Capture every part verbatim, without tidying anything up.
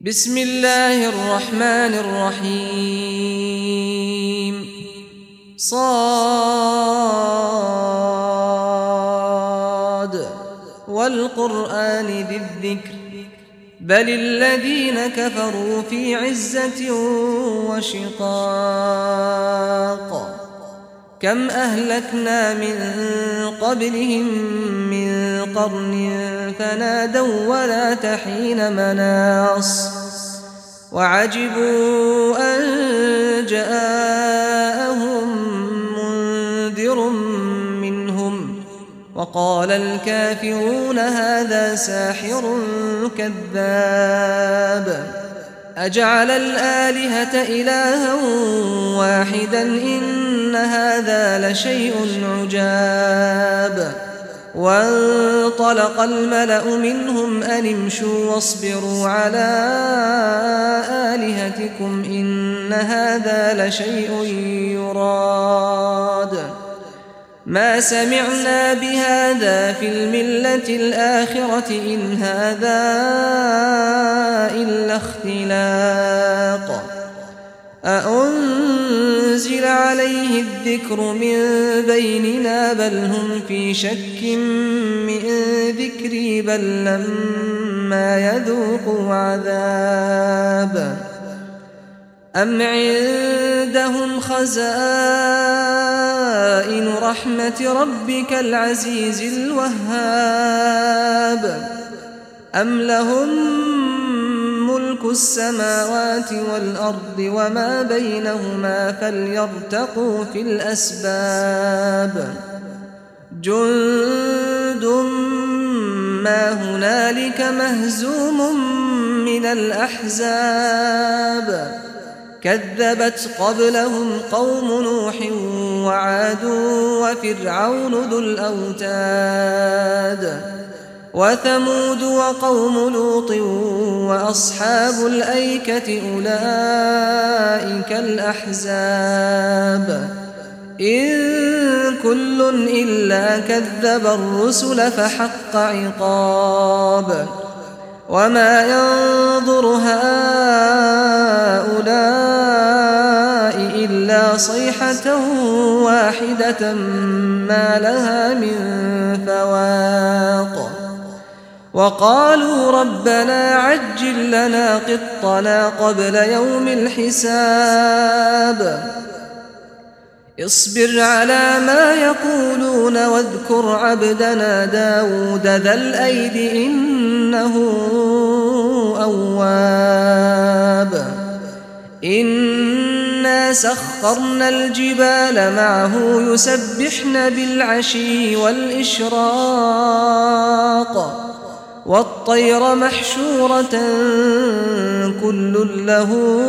بسم الله الرحمن الرحيم صاد والقرآن ذي الذكر بل الذين كفروا في عزة وشقاق كم أهلكنا من قبلهم من قرن فنادوا ولا تحين مناص وعجبوا أن جاءهم منذر منهم وقال الكافرون هذا ساحر كذاب أجعل الآلهة إلها واحدا إن هذا لشيء عجاب وانطلق الملأ منهم أن امشوا واصبروا على آلهتكم إن هذا لشيء يراد ما سمعنا بهذا في الملة الآخرة إن هذا إلا اختلاق أأنزل عليه الذكر من بيننا بل هم في شك من ذكري بل لما يذوقوا عذاب أم عندهم خزائن رحمة ربك العزيز الوهاب أم لهم ملك السماوات والأرض وما بينهما فليرتقوا في الأسباب جند ما هنالك مهزوم من الأحزاب كذبت قبلهم قوم نوح وعاد وفرعون ذو الأوتاد وثمود وقوم لوط وأصحاب الأيكة أولئك الأحزاب إن كل إلا كذب الرسل فحق عقاب وما ينظر هؤلاء إلا صيحة واحدة ما لها من فواق وقالوا ربنا عجل لنا قطنا قبل يوم الحساب اصبر على ما يقولون واذكر عبدنا داود ذا الأيد إنه أواب إنا سخرنا الجبال معه يسبحن بالعشي والإشراق والطير محشورة كل له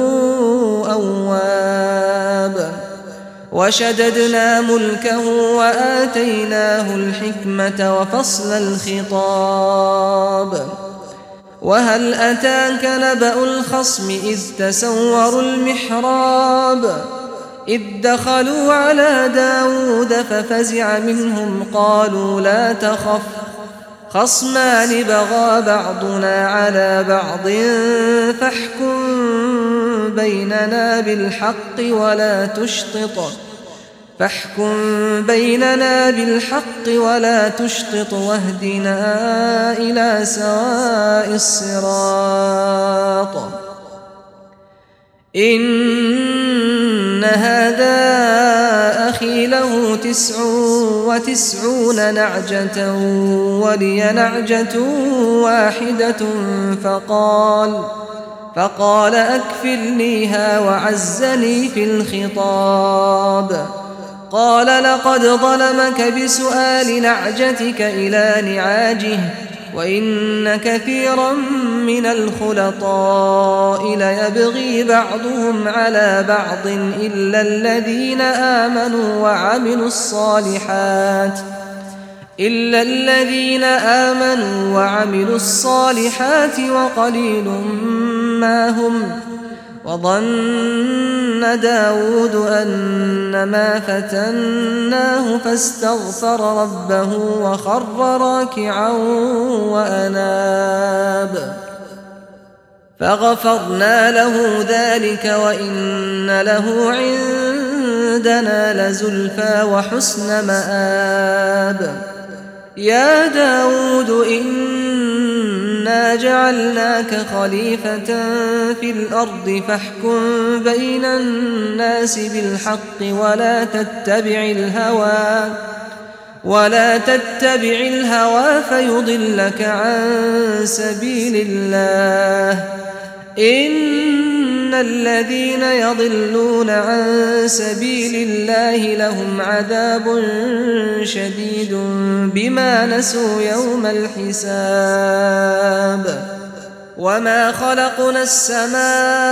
أواب وشددنا ملكه وآتيناه الحكمة وفصل الخطاب وهل أتاك نبأ الخصم إذ تسوروا المحراب إذ دخلوا على داود ففزع منهم قالوا لا تخف خصمان بغى بعضنا على بعض فاحكم بيننا بالحق ولا تشطط فاحكم بيننا بالحق ولا تشطط واهدنا إلى سواء الصراط إن هذا أخي له تسع وتسعون نعجة ولي نعجة واحدة فقال فقال أكفلنيها وعزني في الخطاب قال لقد ظلمك بسؤال نعجتك إلى نعاجه وإن كثيرا من الخلطاء ليبغي بعضهم على بعض إلا الذين آمنوا وعملوا الصالحات إلا الذين آمنوا وعملوا الصالحات وقليل ما هم وظن داود أنما فتناه فاستغفر ربه وخر راكعا وأناب فغفرنا له ذلك وإن له عندنا لزلفى وحسن مآب. يا داود إنا جعلناك خليفة في الأرض فاحكم بين الناس بالحق ولا تتبع الهوى ولا تتبع الهوى فيضلك عن سبيل الله. إن الذين يضلون عن سبيل الله لهم عذاب شديد بما نسوا يوم الحساب. وما خلقنا السماء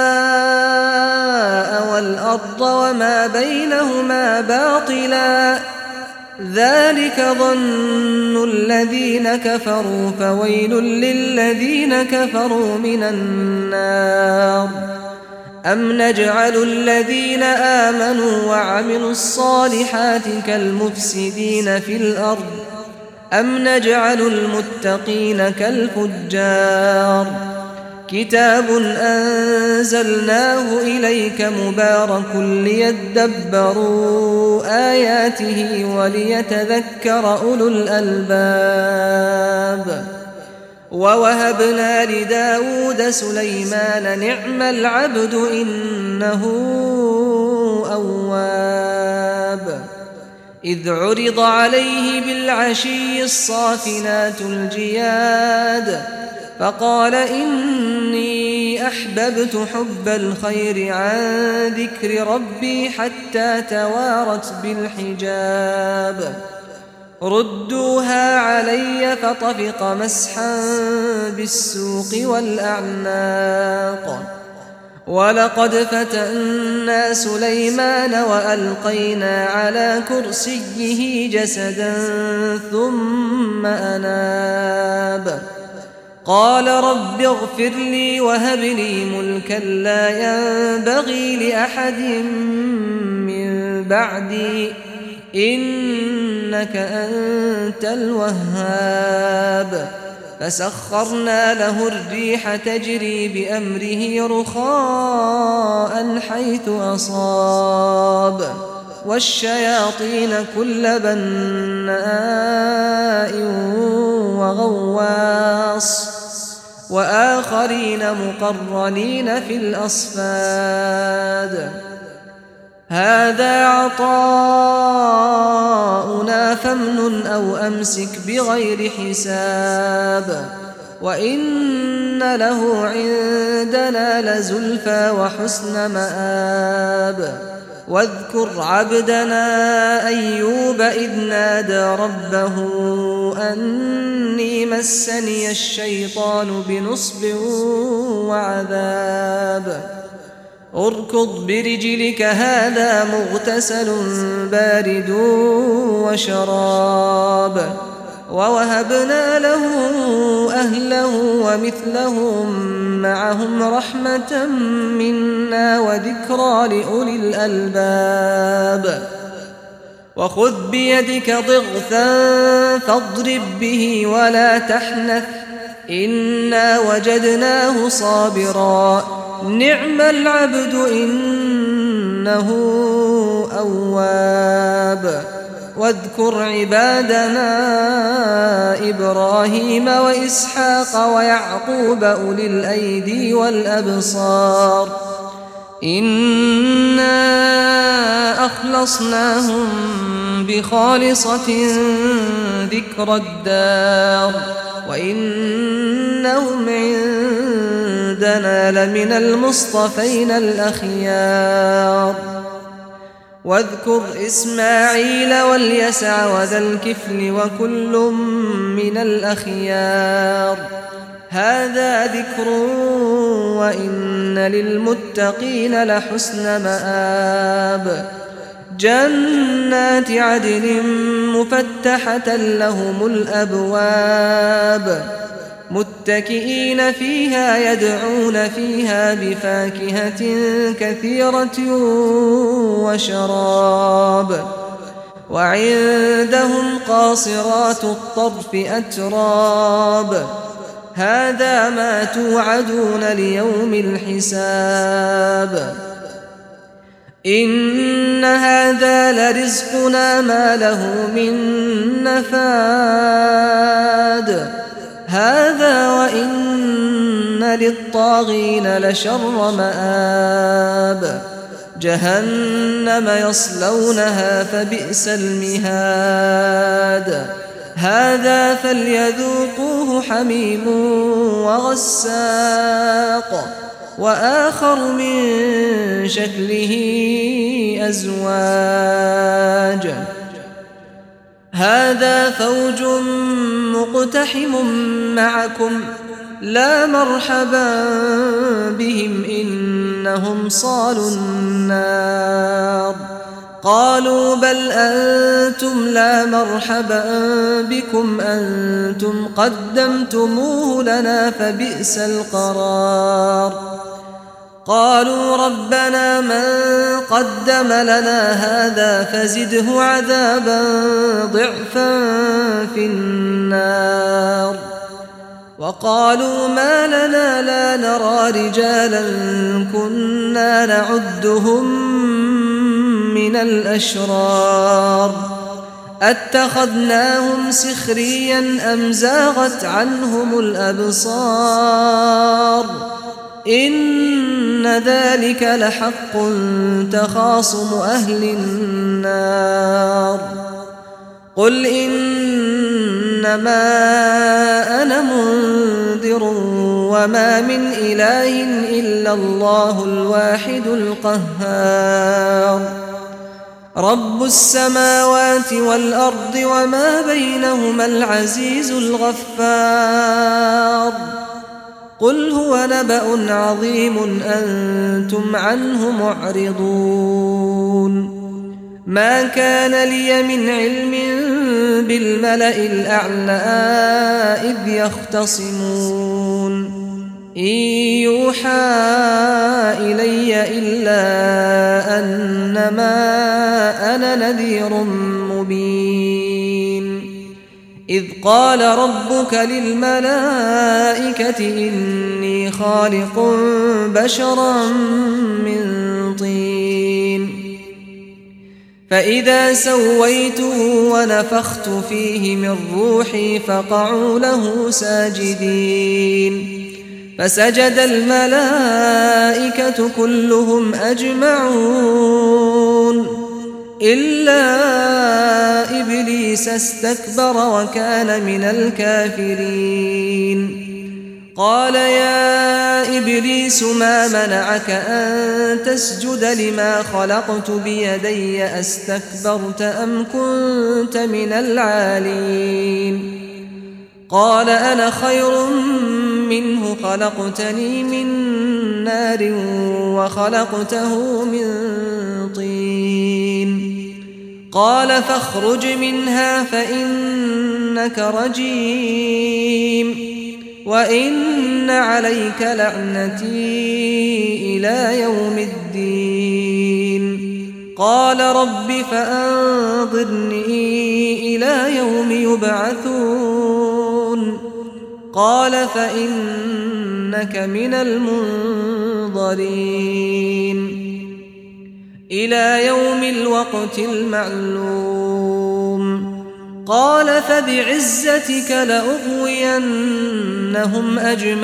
والأرض وما بينهما باطلا ذلك ظن الذين كفروا فويل للذين كفروا من النار. أم نجعل الذين آمنوا وعملوا الصالحات كالمفسدين في الأرض أم نجعل المتقين كالفجار. كتاب أنزلناه إليك مبارك ليدبروا آياته وليتذكر أولو الألباب. ووهبنا لداود سليمان نعم العبد إنه أواب. إذ عرض عليه بالعشي الصافنات الجياد فقال إني أحببت حب الخير عن ذكر ربي حتى توارت بالحجاب. ردوها علي فطفق مسحا بالسوق والأعناق. ولقد فتنا سليمان وألقينا على كرسيه جسدا ثم أناب. قال رب اغفر لي وهب لي ملكا لا ينبغي لأحد من بعدي إنك أنت الوهاب. فسخرنا له الريح تجري بأمره رخاء حيث أصاب والشياطين كل بناء وغواص وآخرين مقرنين في الأصفاد. هذا عطاؤنا فامنن أو أمسك بغير حساب. وإن له عندنا لزلفى وحسن مآب. واذكر عبدنا أيوب إذ نادى ربه أني مسني الشيطان بنصب وعذاب. اركض برجلك هذا مغتسل بارد وشراب. ووهبنا له أهله ومثلهم معهم رحمة منا وذكرى لأولي الألباب. وخذ بيدك ضغثا فاضرب به ولا تحنث إنا وجدناه صابرا نعم العبد إنه أواب. واذكر عبادنا إبراهيم وإسحاق ويعقوب أولي الأيدي والأبصار إنا أخلصناهم بخالصة ذكر الدار وإنهم عندنا لمن المصطفين الأخيار. واذكر إسماعيل واليسع وذا الكفل وكل من الأخيار هذا ذكر وإن للمتقين لحسن مآب. جنات عدن مفتحة لهم الأبواب متكئين فيها يدعون فيها بفاكهة كثيرة وشراب. وعندهم قاصرات الطرف أتراب هذا ما توعدون ليوم الحساب إن هذا لرزقنا ما له من نفاد هذا وإن للطاغين لشر مآب جهنم يصلونها فبئس المهاد هذا فليذوقوه حميم وغساق وآخر من شكله أزواج هذا فوج مقتحم معكم لا مرحبا بهم إنهم صالوا النار قالوا بل أنتم لا مرحبا بكم أنتم قدمتموه لنا فبئس القرار قالوا ربنا من قدم لنا هذا فزده عذابا ضعفا في النار وقالوا ما لنا لا نرى رجالا كنا نعدهم من الأشرار أتخذناهم سخريا أم زاغت عنهم الأبصار إن ذلك لحق تخاصم أهل النار قل إنما أنا منذر وما من إله إلا الله الواحد القهار رب السماوات والأرض وما بينهما العزيز الغفار قل هو نبأ عظيم أنتم عنه معرضون ما كان لي من علم بالملأ الأعلى إذ يختصمون إن يوحى إلي إلا أنما أنا نذير مبين إذ قال ربك للملائكة إني خالق بشرا من طين فإذا سويته ونفخت فيه من روحي فقعوا له ساجدين فسجد الملائكة كلهم أجمعون إلا إبليس استكبر وكان من الكافرين قال يا إبليس ما منعك أن تسجد لما خلقت بيدي أستكبرت أم كنت من العالين قال أنا خير منه خلقتني من نار وخلقته من طين قال فاخرج منها فإنك رجيم وإن عليك لعنتي إلى يوم الدين قال رب فأنظرني إلى يوم يبعثون قال فإنك من المنظرين إلى يوم الوقت المعلوم قال فبعزتك لأغوينهم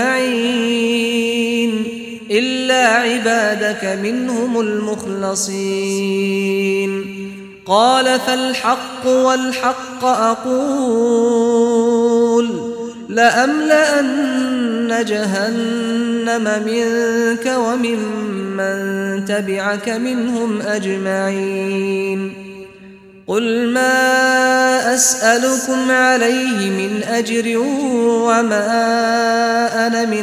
أجمعين إلا عبادك منهم المخلصين قال فالحق والحق أقول لأملأن جهنم منك وممن تبعك منهم أجمعين قل ما أسألكم عليه من أجر وما أنا من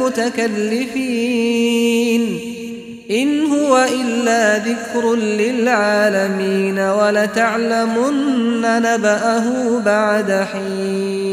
المتكلفين إن هو إلا ذكر للعالمين ولتعلمن نبأه بعد حين